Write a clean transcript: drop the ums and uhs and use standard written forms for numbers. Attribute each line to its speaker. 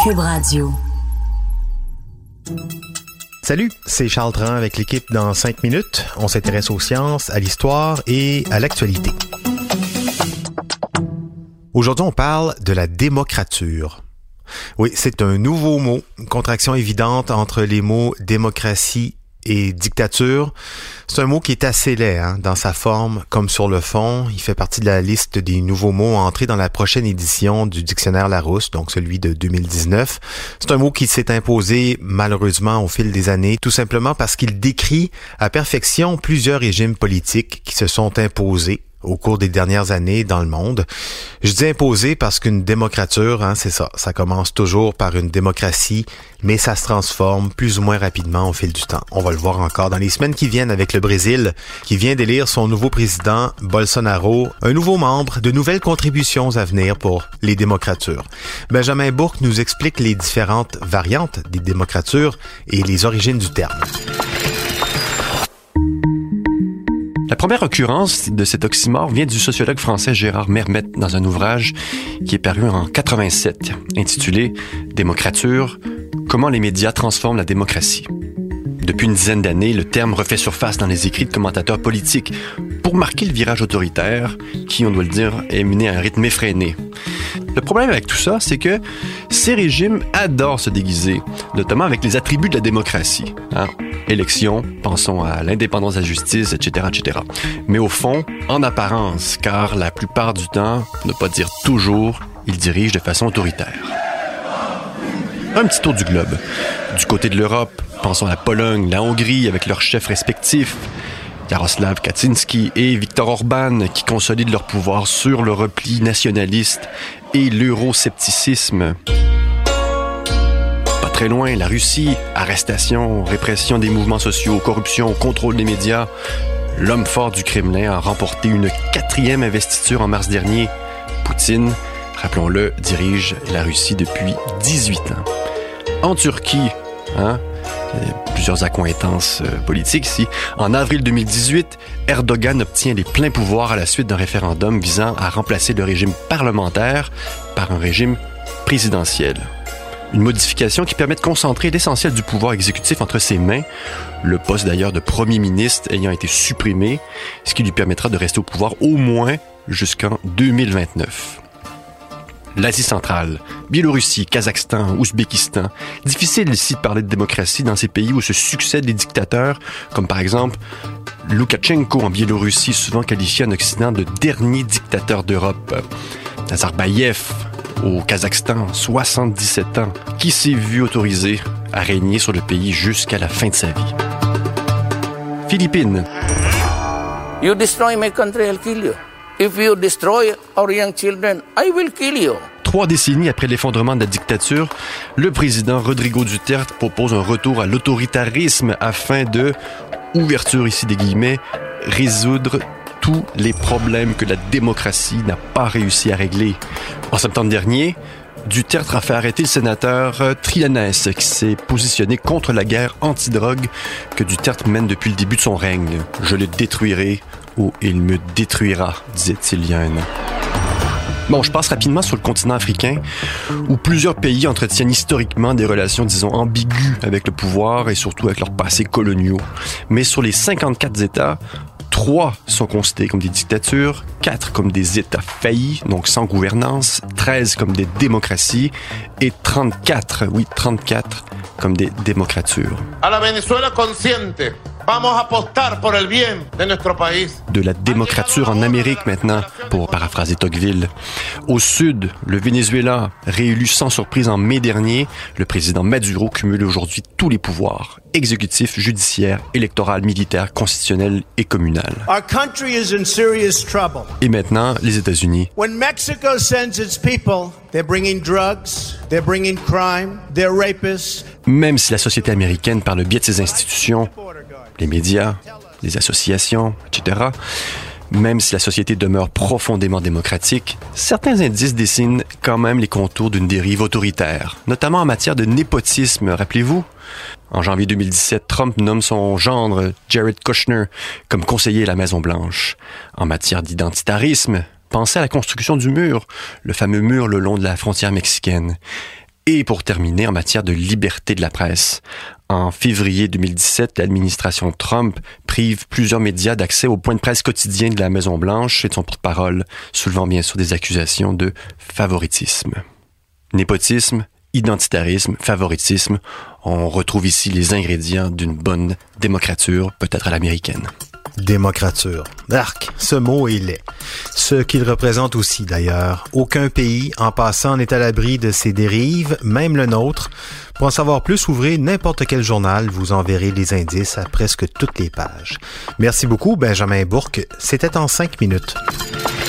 Speaker 1: Cube Radio.
Speaker 2: Salut, c'est Charles Tran avec l'équipe dans 5 minutes. On s'intéresse aux sciences, à l'histoire et à l'actualité. Aujourd'hui, on parle de la démocrature. Oui, c'est un nouveau mot, une contraction évidente entre les mots démocratie et dictature. C'est un mot qui est assez laid dans sa forme comme sur le fond. Il fait partie de la liste des nouveaux mots entrés dans la prochaine édition du dictionnaire Larousse, donc celui de 2019. C'est un mot qui s'est imposé malheureusement au fil des années, tout simplement parce qu'il décrit à perfection plusieurs régimes politiques qui se sont imposés au cours des dernières années dans le monde. Je dis imposé parce qu'une démocrature, c'est ça. Ça commence toujours par une démocratie, mais ça se transforme plus ou moins rapidement au fil du temps. On va le voir encore dans les semaines qui viennent avec le Brésil, qui vient d'élire son nouveau président, Bolsonaro, un nouveau membre, de nouvelles contributions à venir pour les démocratures. Benjamin Bourque nous explique les différentes variantes des démocratures et les origines du terme.
Speaker 3: La première occurrence de cet oxymore vient du sociologue français Gérard Mermet dans un ouvrage qui est paru en 87, intitulé « Démocrature, comment les médias transforment la démocratie ». Depuis une dizaine d'années, le terme refait surface dans les écrits de commentateurs politiques pour marquer le virage autoritaire qui, on doit le dire, est mené à un rythme effréné. Le problème avec tout ça, c'est que ces régimes adorent se déguiser, notamment avec les attributs de la démocratie. Élections, pensons à l'indépendance de la justice, etc., etc. Mais au fond, en apparence, car la plupart du temps, ne pas dire toujours, ils dirigent de façon autoritaire. Un petit tour du globe. Du côté de l'Europe, pensons à la Pologne, la Hongrie, avec leurs chefs respectifs, Jaroslaw Kaczynski et Viktor Orban, qui consolident leur pouvoir sur le repli nationaliste et l'euroscepticisme. Pas très loin, la Russie, arrestation, répression des mouvements sociaux, corruption, contrôle des médias. L'homme fort du Kremlin a remporté une 4e investiture en mars dernier. Poutine, rappelons-le, dirige la Russie depuis 18 ans. En Turquie, plusieurs accointances politiques ici. En avril 2018, Erdogan obtient les pleins pouvoirs à la suite d'un référendum visant à remplacer le régime parlementaire par un régime présidentiel. Une modification qui permet de concentrer l'essentiel du pouvoir exécutif entre ses mains, le poste d'ailleurs de premier ministre ayant été supprimé, ce qui lui permettra de rester au pouvoir au moins jusqu'en 2029. L'Asie centrale, Biélorussie, Kazakhstan, Ouzbékistan. Difficile ici de parler de démocratie dans ces pays où se succèdent des dictateurs, comme par exemple Loukachenko en Biélorussie, souvent qualifié en Occident de dernier dictateur d'Europe. Nazarbayev au Kazakhstan, 77 ans, qui s'est vu autorisé à régner sur le pays jusqu'à la fin de sa vie. Philippines.
Speaker 4: You destroy my country, I'll kill you. If you destroy our young children, I will kill you.
Speaker 3: 3 décennies après l'effondrement de la dictature, le président Rodrigo Duterte propose un retour à l'autoritarisme afin de, ouverture ici des guillemets, résoudre tous les problèmes que la démocratie n'a pas réussi à régler. En septembre dernier, Duterte a fait arrêter le sénateur Trillanes qui s'est positionné contre la guerre anti-drogue que Duterte mène depuis le début de son règne. « Je le détruirai ou il me détruira », disait-il il y a un an. Bon, je passe rapidement sur le continent africain, où plusieurs pays entretiennent historiquement des relations, disons, ambiguës avec le pouvoir et surtout avec leurs passés coloniaux. Mais sur les 54 États, 3 sont considérés comme des dictatures, 4 comme des États faillis, donc sans gouvernance, 13 comme des démocraties et 34 comme des démocratures.
Speaker 5: A la Venezuela consciente. Vamos a apostar por el bien de nuestro país.
Speaker 3: De la démocrature en Amérique maintenant, pour paraphraser Tocqueville. Au sud, le Venezuela, réélu sans surprise en mai dernier, le président Maduro cumule aujourd'hui tous les pouvoirs, exécutif, judiciaire, électoral, militaire, constitutionnel et communal.
Speaker 6: Our country is in serious trouble.
Speaker 3: Et maintenant, les États-Unis.
Speaker 6: When Mexico sends its people, they're bringing drugs, they're bringing crime, they're rapists.
Speaker 3: Même si la société américaine, par le biais de ses institutions, les médias, les associations, etc., même si la société demeure profondément démocratique, certains indices dessinent quand même les contours d'une dérive autoritaire, notamment en matière de népotisme, rappelez-vous. En janvier 2017, Trump nomme son gendre, Jared Kushner, comme conseiller à la Maison-Blanche. En matière d'identitarisme, pensez à la construction du mur, le fameux mur le long de la frontière mexicaine. Et pour terminer, en matière de liberté de la presse, en février 2017, l'administration Trump prive plusieurs médias d'accès au point de presse quotidien de la Maison-Blanche et de son porte-parole, soulevant bien sûr des accusations de favoritisme. Népotisme, identitarisme, favoritisme, on retrouve ici les ingrédients d'une bonne démocrature, peut-être à l'américaine.
Speaker 2: Démocrature. Arc, ce mot est laid. Ce qu'il représente aussi, d'ailleurs. Aucun pays, en passant, n'est à l'abri de ces dérives, même le nôtre. Pour en savoir plus, ouvrez n'importe quel journal, vous en verrez les indices à presque toutes les pages. Merci beaucoup, Benjamin Bourque. C'était en 5 minutes.